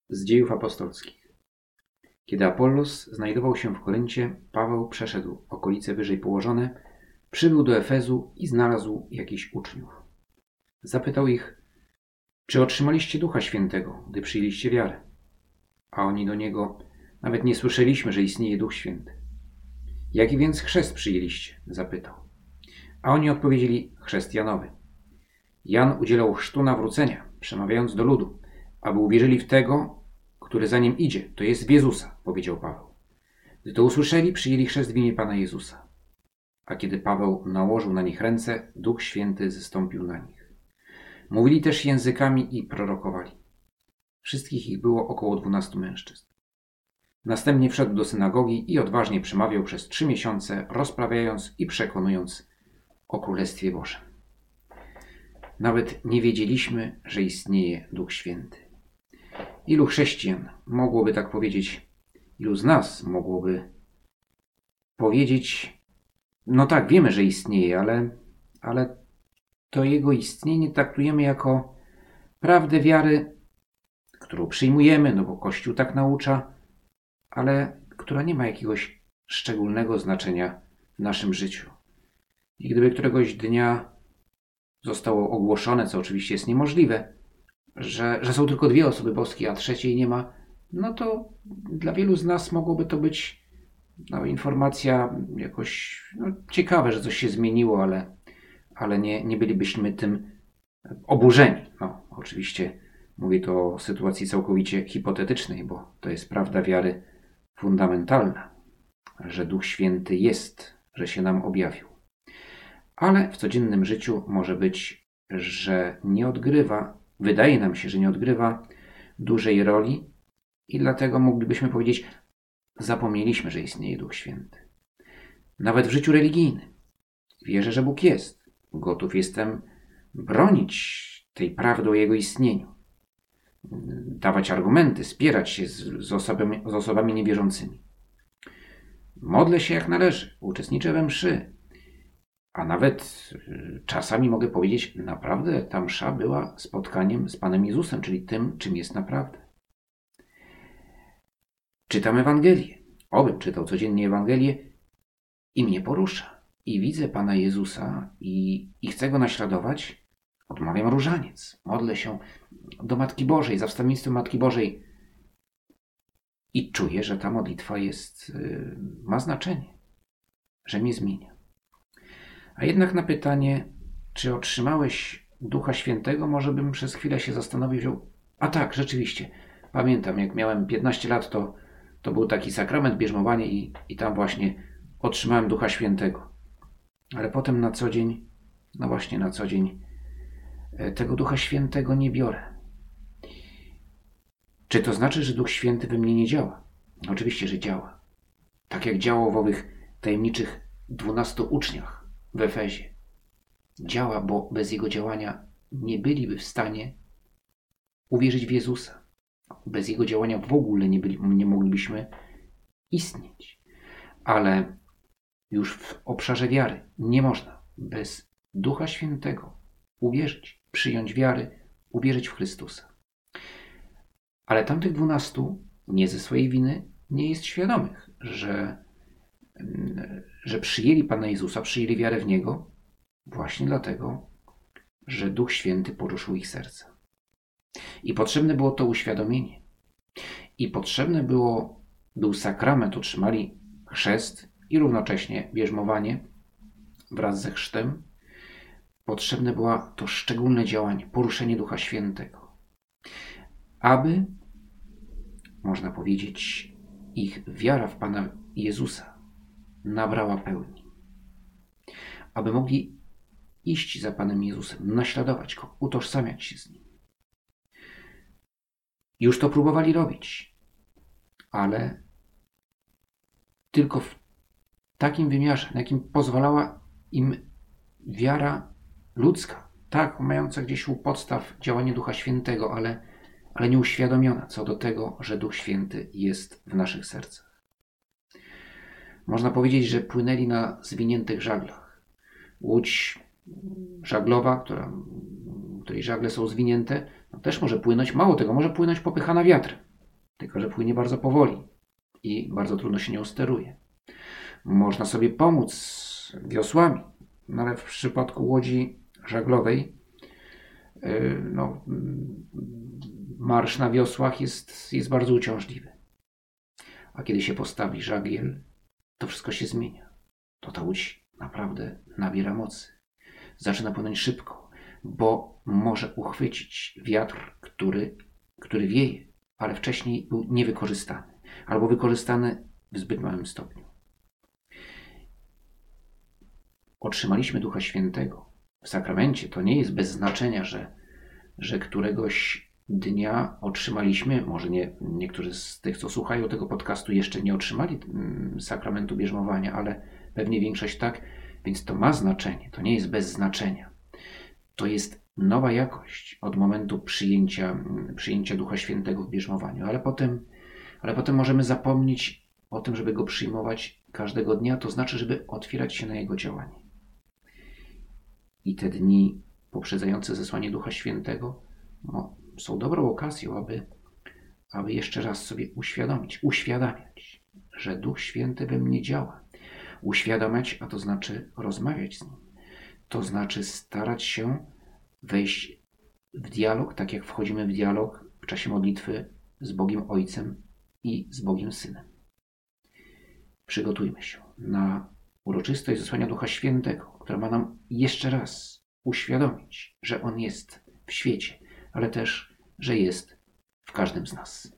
Z Dziejów Apostolskich. Kiedy Apollos znajdował się w Koryncie, Paweł przeszedł okolice wyżej położone, przybył do Efezu i znalazł jakichś uczniów. Zapytał ich, czy otrzymaliście Ducha Świętego, gdy przyjęliście wiarę? A oni do niego, nawet nie słyszeliśmy, że istnieje Duch Święty. Jaki więc chrzest przyjęliście? Zapytał. A oni odpowiedzieli, chrzest Janowy. Jan udzielał chrztu nawrócenia, przemawiając do ludu, aby uwierzyli w tego, który za nim idzie, to jest w Jezusa, powiedział Paweł. Gdy to usłyszeli, przyjęli chrzest w imię Pana Jezusa. A kiedy Paweł nałożył na nich ręce, Duch Święty zstąpił na nich. Mówili też językami i prorokowali. Wszystkich ich było około 12 mężczyzn. Następnie wszedł do synagogi i odważnie przemawiał przez 3 miesiące, rozprawiając i przekonując o Królestwie Bożym. Nawet nie wiedzieliśmy, że istnieje Duch Święty. Ilu chrześcijan mogłoby tak powiedzieć? Ilu z nas mogłoby powiedzieć, no tak, wiemy, że istnieje, ale to jego istnienie traktujemy jako prawdę wiary, którą przyjmujemy, no bo Kościół tak naucza, ale która nie ma jakiegoś szczególnego znaczenia w naszym życiu. I gdyby któregoś dnia zostało ogłoszone, co oczywiście jest niemożliwe, że są tylko 2 osoby boskie, a trzeciej nie ma, no to dla wielu z nas mogłoby to być informacja jakoś ciekawe, że coś się zmieniło, ale nie bylibyśmy tym oburzeni. No, oczywiście mówię to o sytuacji całkowicie hipotetycznej, bo to jest prawda wiary fundamentalna, że Duch Święty jest, że się nam objawił. Ale w codziennym życiu może być, że nie odgrywa, wydaje nam się, że nie odgrywa dużej roli i dlatego moglibyśmy powiedzieć, zapomnieliśmy, że istnieje Duch Święty. Nawet w życiu religijnym. Wierzę, że Bóg jest. Gotów jestem bronić tej prawdy o Jego istnieniu. Dawać argumenty, spierać się z osobami niewierzącymi. Modlę się jak należy, uczestniczę we mszy. A nawet czasami mogę powiedzieć, naprawdę ta msza była spotkaniem z Panem Jezusem, czyli tym, czym jest naprawdę. Czytam Ewangelię. Obym czytał codziennie Ewangelię i mnie porusza. I widzę Pana Jezusa i chcę Go naśladować. Odmawiam różaniec. Modlę się do Matki Bożej, za wstawiennictwem Matki Bożej. I czuję, że ta modlitwa ma znaczenie, że mnie zmienia. A jednak na pytanie, czy otrzymałeś Ducha Świętego, może bym przez chwilę się zastanowił, a tak, rzeczywiście. Pamiętam, jak miałem 15 lat, to był taki sakrament bierzmowanie i tam właśnie otrzymałem Ducha Świętego. Ale potem na co dzień tego Ducha Świętego nie biorę. Czy to znaczy, że Duch Święty we mnie nie działa? Oczywiście, że działa. Tak jak działał w owych tajemniczych 12 uczniach w Efezie. Działa, bo bez Jego działania nie byliby w stanie uwierzyć w Jezusa. Bez Jego działania w ogóle nie moglibyśmy istnieć. Ale już w obszarze wiary nie można bez Ducha Świętego uwierzyć, przyjąć wiary, uwierzyć w Chrystusa. Ale tamtych 12 nie ze swojej winy nie jest świadomych, że przyjęli Pana Jezusa, przyjęli wiarę w Niego właśnie dlatego, że Duch Święty poruszył ich serca. I potrzebne było to uświadomienie. I potrzebne był sakrament, otrzymali chrzest i równocześnie bierzmowanie wraz ze chrztem. Potrzebne było to szczególne działanie, poruszenie Ducha Świętego, aby, można powiedzieć, ich wiara w Pana Jezusa nabrała pełni. Aby mogli iść za Panem Jezusem, naśladować Go, utożsamiać się z Nim. Już to próbowali robić, ale tylko w takim wymiarze, na jakim pozwalała im wiara ludzka, tak, mająca gdzieś u podstaw działanie Ducha Świętego, ale nieuświadomiona co do tego, że Duch Święty jest w naszych sercach. Można powiedzieć, że płynęli na zwiniętych żaglach. Łódź żaglowa, której żagle są zwinięte, też może płynąć, mało tego, może płynąć popychana wiatrem. tylko że płynie bardzo powoli i bardzo trudno się nią steruje. Można sobie pomóc wiosłami, no ale w przypadku łodzi żaglowej marsz na wiosłach jest bardzo uciążliwy. A kiedy się postawi żagiel, to wszystko się zmienia. To ta łódź naprawdę nabiera mocy. Zaczyna płynąć szybko, bo może uchwycić wiatr, który wieje, ale wcześniej był niewykorzystany albo wykorzystany w zbyt małym stopniu. Otrzymaliśmy Ducha Świętego w sakramencie. To nie jest bez znaczenia, że któregoś dnia otrzymaliśmy, może niektórzy z tych, co słuchają tego podcastu, jeszcze nie otrzymali sakramentu bierzmowania, ale pewnie większość tak, więc to ma znaczenie, to nie jest bez znaczenia. To jest nowa jakość od momentu przyjęcia Ducha Świętego w bierzmowaniu, ale potem możemy zapomnieć o tym, żeby go przyjmować każdego dnia, to znaczy, żeby otwierać się na jego działanie. I te dni poprzedzające zesłanie Ducha Świętego są dobrą okazją, aby jeszcze raz sobie uświadamiać, że Duch Święty we mnie działa. Uświadamiać, a to znaczy rozmawiać z Nim. To znaczy starać się wejść w dialog, tak jak wchodzimy w dialog w czasie modlitwy z Bogiem Ojcem i z Bogiem Synem. Przygotujmy się na uroczystość zesłania Ducha Świętego, która ma nam jeszcze raz uświadomić, że On jest w świecie, ale też, że jest w każdym z nas.